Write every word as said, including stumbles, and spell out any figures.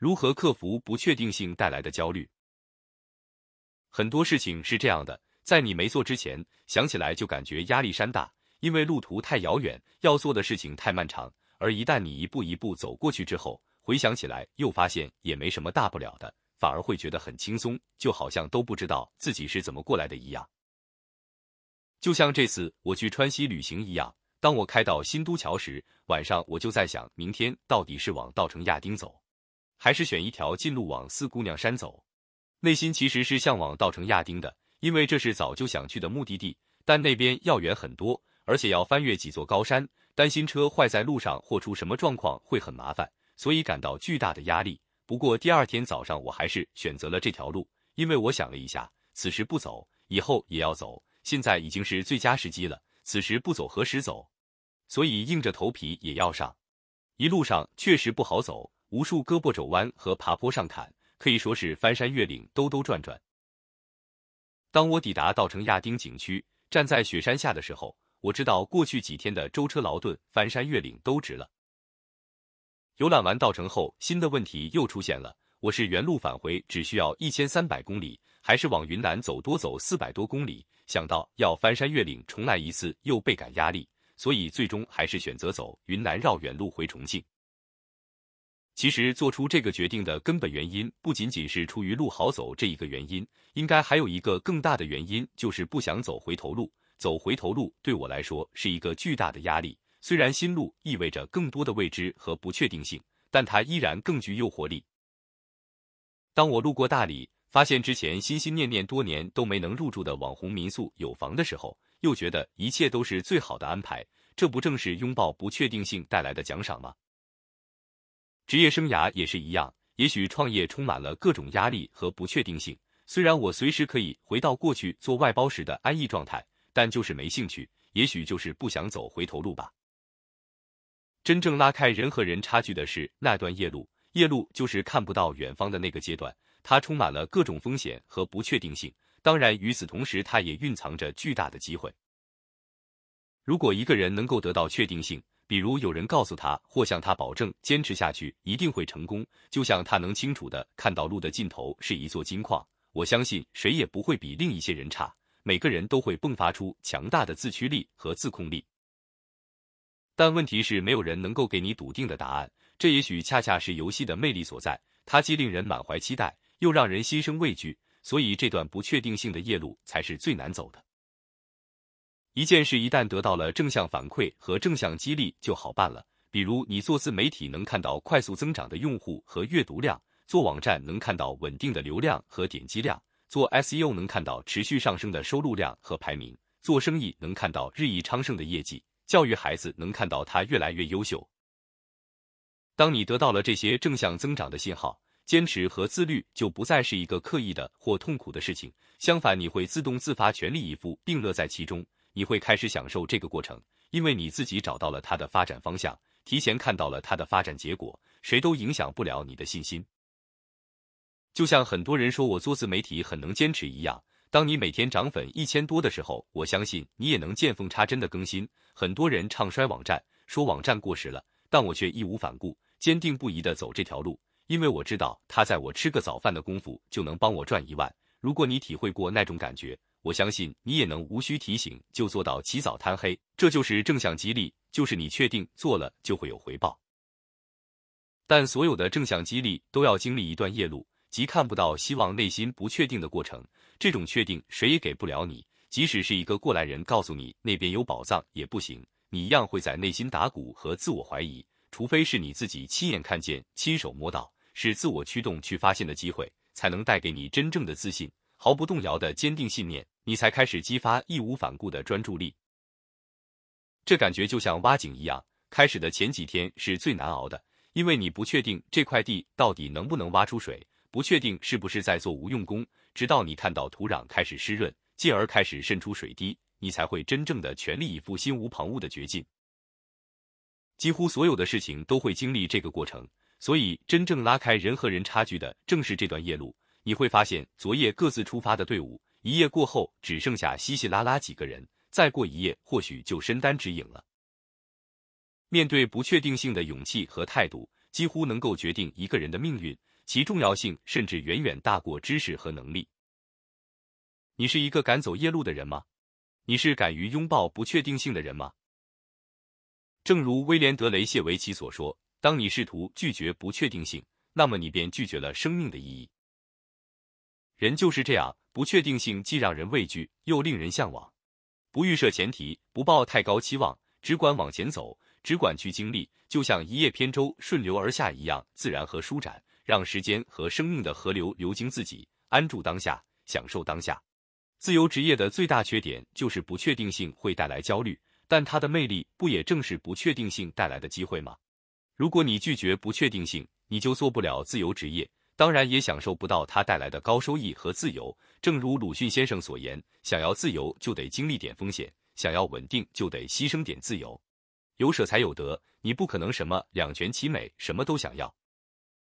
如何克服不确定性带来的焦虑？很多事情是这样的，在你没做之前，想起来就感觉压力山大，因为路途太遥远，要做的事情太漫长。而一旦你一步一步走过去之后，回想起来又发现也没什么大不了的，反而会觉得很轻松，就好像都不知道自己是怎么过来的一样。就像这次我去川西旅行一样，当我开到新都桥时，晚上我就在想，明天到底是往稻城亚丁走，还是选一条近路往四姑娘山走。内心其实是向往稻城亚丁的，因为这是早就想去的目的地，但那边要远很多，而且要翻越几座高山，担心车坏在路上或出什么状况会很麻烦，所以感到巨大的压力。不过第二天早上我还是选择了这条路，因为我想了一下，此时不走，以后也要走，现在已经是最佳时机了，此时不走何时走？所以硬着头皮也要上。一路上确实不好走，无数胳膊肘弯和爬坡上坎，可以说是翻山越岭，兜兜转转。当我抵达稻城亚丁景区，站在雪山下的时候，我知道过去几天的舟车劳顿、翻山越岭都值了。游览完稻城后，新的问题又出现了，我是原路返回只需要一千三百公里，还是往云南走多走四百多公里？想到要翻山越岭重来一次又倍感压力，所以最终还是选择走云南绕远路回重庆。其实做出这个决定的根本原因不仅仅是出于路好走这一个原因，应该还有一个更大的原因，就是不想走回头路。走回头路对我来说是一个巨大的压力，虽然新路意味着更多的未知和不确定性，但它依然更具诱惑力。当我路过大理，发现之前心心念念多年都没能入住的网红民宿有房的时候，又觉得一切都是最好的安排，这不正是拥抱不确定性带来的奖赏吗？职业生涯也是一样，也许创业充满了各种压力和不确定性，虽然我随时可以回到过去做外包时的安逸状态，但就是没兴趣，也许就是不想走回头路吧。真正拉开人和人差距的是那段夜路，夜路就是看不到远方的那个阶段，它充满了各种风险和不确定性，当然与此同时它也蕴藏着巨大的机会。如果一个人能够得到确定性，比如有人告诉他或向他保证坚持下去一定会成功，就像他能清楚地看到路的尽头是一座金矿，我相信谁也不会比另一些人差，每个人都会迸发出强大的自驱力和自控力。但问题是没有人能够给你笃定的答案，这也许恰恰是游戏的魅力所在，它既令人满怀期待，又让人心生畏惧，所以这段不确定性的夜路才是最难走的。一件事一旦得到了正向反馈和正向激励就好办了，比如你做自媒体能看到快速增长的用户和阅读量，做网站能看到稳定的流量和点击量，做 S E O 能看到持续上升的收录量和排名，做生意能看到日益昌盛的业绩，教育孩子能看到他越来越优秀。当你得到了这些正向增长的信号，坚持和自律就不再是一个刻意的或痛苦的事情，相反你会自动自发全力以赴并乐在其中，你会开始享受这个过程，因为你自己找到了它的发展方向，提前看到了它的发展结果，谁都影响不了你的信心。就像很多人说我做自媒体很能坚持一样，当你每天涨粉一千多的时候，我相信你也能见缝插针的更新。很多人唱衰网站，说网站过时了，但我却义无反顾，坚定不移地走这条路，因为我知道它在我吃个早饭的功夫就能帮我赚一万。如果你体会过那种感觉，我相信你也能无需提醒就做到起早贪黑，这就是正向激励，就是你确定做了就会有回报。但所有的正向激励都要经历一段夜路，即看不到希望、内心不确定的过程，这种确定谁也给不了你，即使是一个过来人告诉你那边有宝藏也不行，你一样会在内心打鼓和自我怀疑，除非是你自己亲眼看见、亲手摸到，是自我驱动去发现的机会，才能带给你真正的自信，毫不动摇的坚定信念，你才开始激发义无反顾的专注力。这感觉就像挖井一样，开始的前几天是最难熬的，因为你不确定这块地到底能不能挖出水，不确定是不是在做无用功，直到你看到土壤开始湿润，进而开始渗出水滴，你才会真正的全力以赴、心无旁骛的决进。几乎所有的事情都会经历这个过程，所以真正拉开人和人差距的正是这段夜路。你会发现昨夜各自出发的队伍，一夜过后只剩下稀稀拉拉几个人，再过一夜或许就身担指引了。面对不确定性的勇气和态度，几乎能够决定一个人的命运。 其重要性甚至远远大过知识和能力。你是一个敢走夜路的人吗？你是敢于拥抱不确定性的人吗？正如威廉·德雷谢维奇所说，当你试图拒绝不确定性，那么你便拒绝了生命的意义。人就是这样，不确定性既让人畏惧，又令人向往。不预设前提，不抱太高期望，只管往前走，只管去经历，就像一叶扁舟顺流而下一样自然和舒展，让时间和生命的河流流经自己，安住当下，享受当下。自由职业的最大缺点就是不确定性会带来焦虑，但它的魅力不也正是不确定性带来的机会吗？如果你拒绝不确定性，你就做不了自由职业，当然也享受不到它带来的高收益和自由。正如鲁迅先生所言，想要自由就得经历点风险，想要稳定就得牺牲点自由。有舍才有得，你不可能什么两全其美，什么都想要。